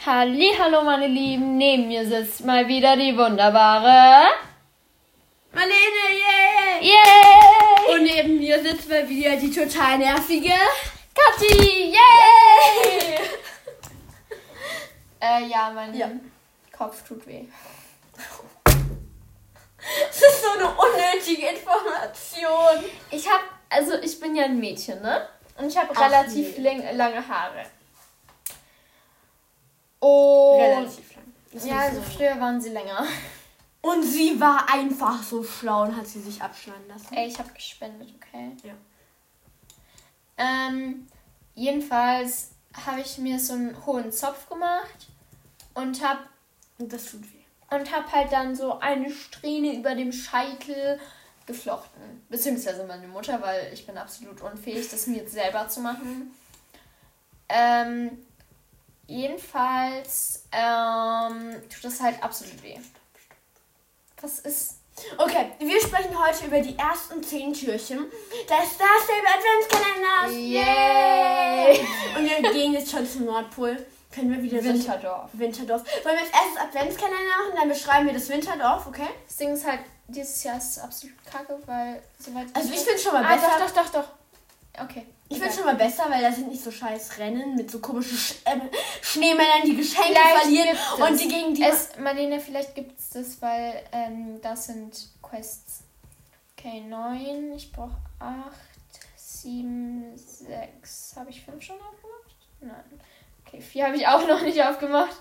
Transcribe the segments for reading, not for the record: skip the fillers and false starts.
Hallihallo meine Lieben, neben mir sitzt mal wieder die wunderbare Marlene, yay! Yay! Und neben mir sitzt mal wieder die total nervige Kathi, yay! Ja, mein Kopf tut weh. Das ist so eine unnötige Information. Ich bin ja ein Mädchen, ne? Und ich habe relativ lange Haare. Und Relativ lang. Ja, also früher waren sie länger. Und sie war einfach so schlau und hat sie sich abschneiden lassen. Ey, ich habe gespendet, okay? Ja. Jedenfalls habe ich mir so einen hohen Zopf gemacht und das tut weh. Und habe halt dann so eine Strähne über dem Scheitel geflochten. Beziehungsweise meine Mutter, weil ich bin absolut unfähig, das mir jetzt selber zu machen. Jedenfalls tut das halt absolut weh. Was ist... Okay, wir sprechen heute über die ersten 10 Türchen des Star Stable Adventskalenders. Yay! Und wir gehen jetzt schon zum Nordpol. Können wir wieder Winterdorf. Winterdorf. Wollen wir jetzt erst das Adventskalender machen, dann beschreiben wir das Winterdorf, okay? Das Ding ist halt, dieses Jahr ist es absolut kacke, weil soweit... Also ich finde schon mal besser. Doch. Okay. Ich finde schon mal besser, weil da sind nicht so scheiß Rennen mit so komischen Schneemännern, die Geschenke Vielleicht verlieren gibt und die gegen die... Marlene, vielleicht gibt es das, weil das sind Quests. Okay, 9. Ich brauche 8, 7, 6. Habe ich 5 schon aufgemacht? Nein. Okay, 4 habe ich auch noch nicht aufgemacht.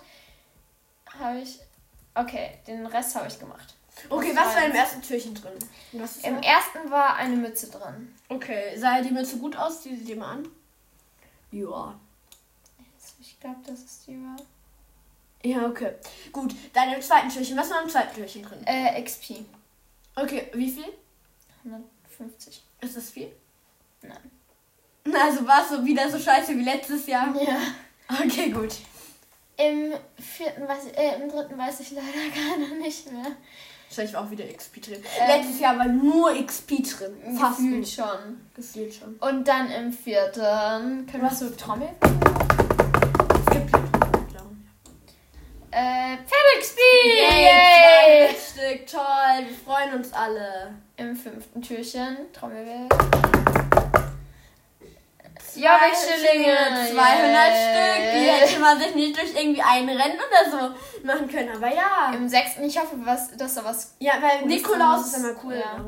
Okay, den Rest habe ich gemacht. Okay, was war im ersten Türchen drin? Im ersten war eine Mütze drin. Okay, sah die Mütze gut aus? Zieh sie dir mal an. Ja. Ich glaube, das ist die war. Ja, okay. Gut, dann im zweiten Türchen. Was war im zweiten Türchen drin? XP. Okay, wie viel? 150. Ist das viel? Nein. Also war es so wieder so scheiße wie letztes Jahr? Ja. Okay, gut. Im dritten weiß ich leider gar noch nicht mehr. Wahrscheinlich war auch wieder XP drin. Letztes Jahr war nur XP drin. Fast gefühlt schon. Gefühlt schon. Und dann im vierten können wir so Trommel. Es gibt Pferd-XP! Yay! 200 Stück, toll. Wir freuen uns alle. Im 5. Türchen Trommelwirbel. Ja, Schillinge. 200 Stück. Die hätte man sich nicht durch irgendwie ein Rennen oder so machen können. Aber ja. Im 6. Ich hoffe, dass da was... Ja, weil Nikolaus ist immer cool. Ja.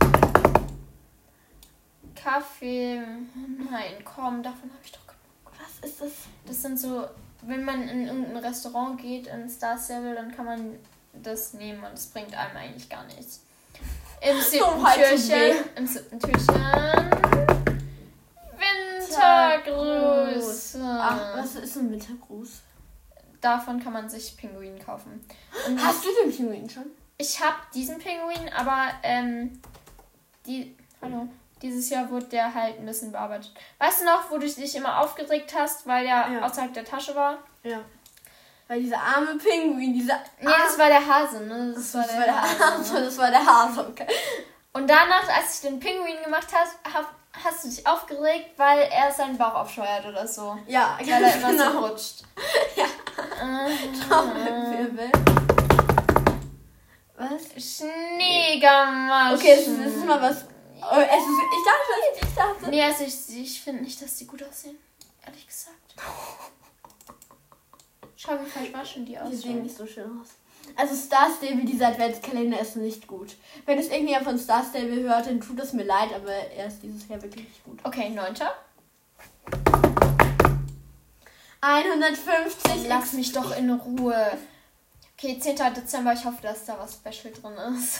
Kaffee. Nein, komm, davon habe ich doch genug. Was ist das? Das sind so... Wenn man in irgendein Restaurant geht, in Star Stable, dann kann man das nehmen und es bringt einem eigentlich gar nichts. Im 7. Türchen... Wintergruß. Ach, was ist ein Wintergruß? Davon kann man sich Pinguin kaufen. Und hast du den Pinguin schon? Ich habe diesen Pinguin, aber dieses Jahr wurde der halt ein bisschen bearbeitet. Weißt du noch, wo du dich immer aufgeregt hast, weil der außerhalb der Tasche war? Ja. Weil dieser arme Pinguin, das war der Hase, ne? Das war der Hase, okay. Und danach, als ich den Pinguin gemacht habe, hast du dich aufgeregt, weil er seinen Bauch aufscheuert oder so. Ja, weil er immer so rutscht. Ja. Trommelwirbel. Was? Schneegamaschen. Okay, das ist mal was. Oh, ich dachte. Nee, also ich finde nicht, dass die gut aussehen. Ehrlich gesagt. Schau, wie falsch waschen die aus. Die sehen nicht so schön aus. Also Star Stable, dieser Adventskalender ist nicht gut. Wenn es irgendjemand von Star Stable hört, dann tut es mir leid, aber er ist dieses Jahr wirklich nicht gut. Okay, 9. 150. Lass mich doch in Ruhe. Okay, 10. Dezember, ich hoffe, dass da was Special drin ist.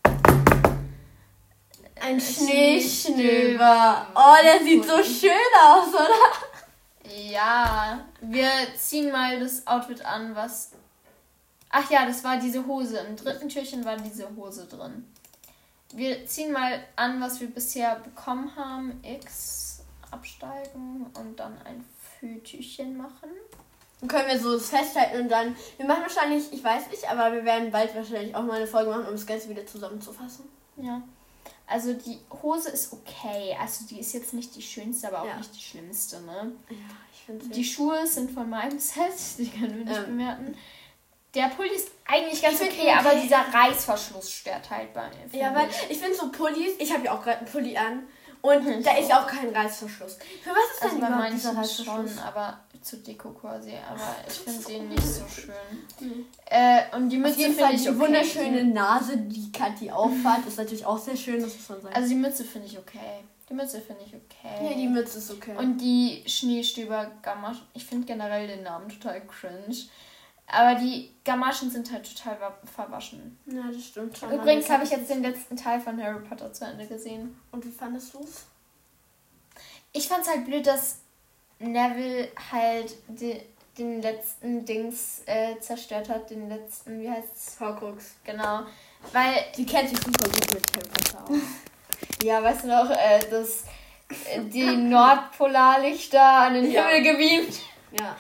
Ein Schneeschnöber. Oh, der sieht so schön aus, oder? Ja, wir ziehen mal das Outfit an, was... Ach ja, das war diese Hose. Im 3. Türchen war diese Hose drin. Wir ziehen mal an, was wir bisher bekommen haben. X absteigen und dann ein Fühltüchchen machen. Dann können wir so das festhalten und dann... Wir machen ich weiß nicht, aber wir werden bald wahrscheinlich auch mal eine Folge machen, um das Ganze wieder zusammenzufassen. Ja. Also die Hose ist okay. Also die ist jetzt nicht die schönste, aber auch nicht die schlimmste, ne? Ja, ich finde die Schuhe sind von meinem Set, die können wir nicht bewerten. Der Pulli ist eigentlich ganz okay, aber dieser Reißverschluss stört halt bei mir. Ja, weil ich finde so Pullis, ich habe ja auch gerade einen Pulli an und da ist auch kein Reißverschluss. Für was ist denn überhaupt dieser Reißverschluss? Schon, aber zu Deko quasi, aber ich finde den nicht so schön. Und die Mütze finde ich die wunderschöne Nase, die Kathi aufhat, ist natürlich auch sehr schön, das muss man sagen. Also die Mütze finde ich okay. Ja, die Mütze ist okay. Und die Schneestöber-Gamaschen, ich finde generell den Namen total cringe. Aber die Gamaschen sind halt total verwaschen. Ja, das stimmt schon. Übrigens habe ich jetzt den letzten Teil von Harry Potter zu Ende gesehen. Und wie fandest du es? Ich fand es halt blöd, dass Neville halt den letzten Dings zerstört hat. Den letzten, wie heißt's? Horcrux. Genau. Weil die kennt sich super gut mit Harry Potter aus. Ja, weißt du noch, dass die Nordpolarlichter an den Himmel gebeamt. Ja.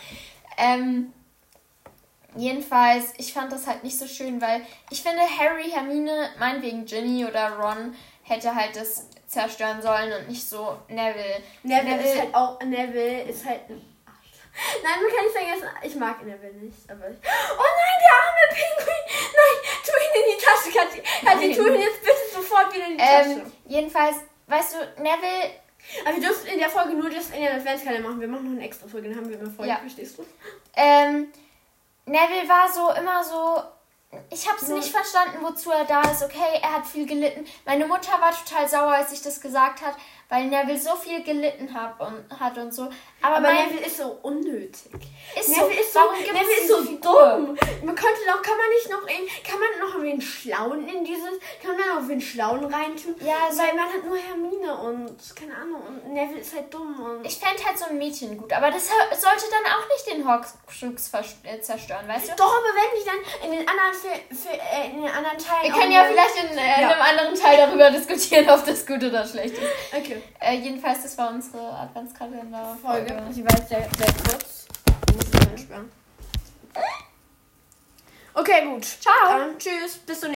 Jedenfalls, ich fand das halt nicht so schön, weil ich finde, Harry, Hermine, meinetwegen Ginny oder Ron, hätte halt das zerstören sollen und nicht so Neville. Neville ist halt ein Arsch. Nein, man kann nicht sagen, ich mag Neville nicht, aber... Oh nein, der arme Pinguin! Nein, tu ihn in die Tasche, Kathi, tu ihn jetzt bitte sofort wieder in die Tasche. Jedenfalls, weißt du, Neville... Aber wir dürfen in der Folge nur das in der Adventskalender machen. Wir machen noch eine extra Folge, dann haben wir immer Folge, verstehst du? Neville war immer so... Ich habe es nicht verstanden, wozu er da ist. Okay, er hat viel gelitten. Meine Mutter war total sauer, als ich das gesagt habe, weil Neville so viel gelitten hat und so. Aber Neville ist so unnötig. Neville ist so dumm. Kann man noch wen Schlauen in dieses... Kann man noch wen Schlauen reintun? Ja, weil man hat nur Hermine und... Keine Ahnung. Und Neville ist halt dumm. Und ich fände halt so ein Mädchen gut. Aber das sollte dann auch nicht den Horcrux zerstören, weißt du? Doch, aber wenn die dann in den anderen Teilen... Wir können ja vielleicht in einem anderen Teil darüber diskutieren, ob das gut oder schlecht ist. Okay. Jedenfalls, das war unsere Adventskalender-Folge. Die war jetzt sehr, sehr kurz. Muss ich entsperren. Okay, gut. Ciao. Tschüss. Bis zum nächsten Mal.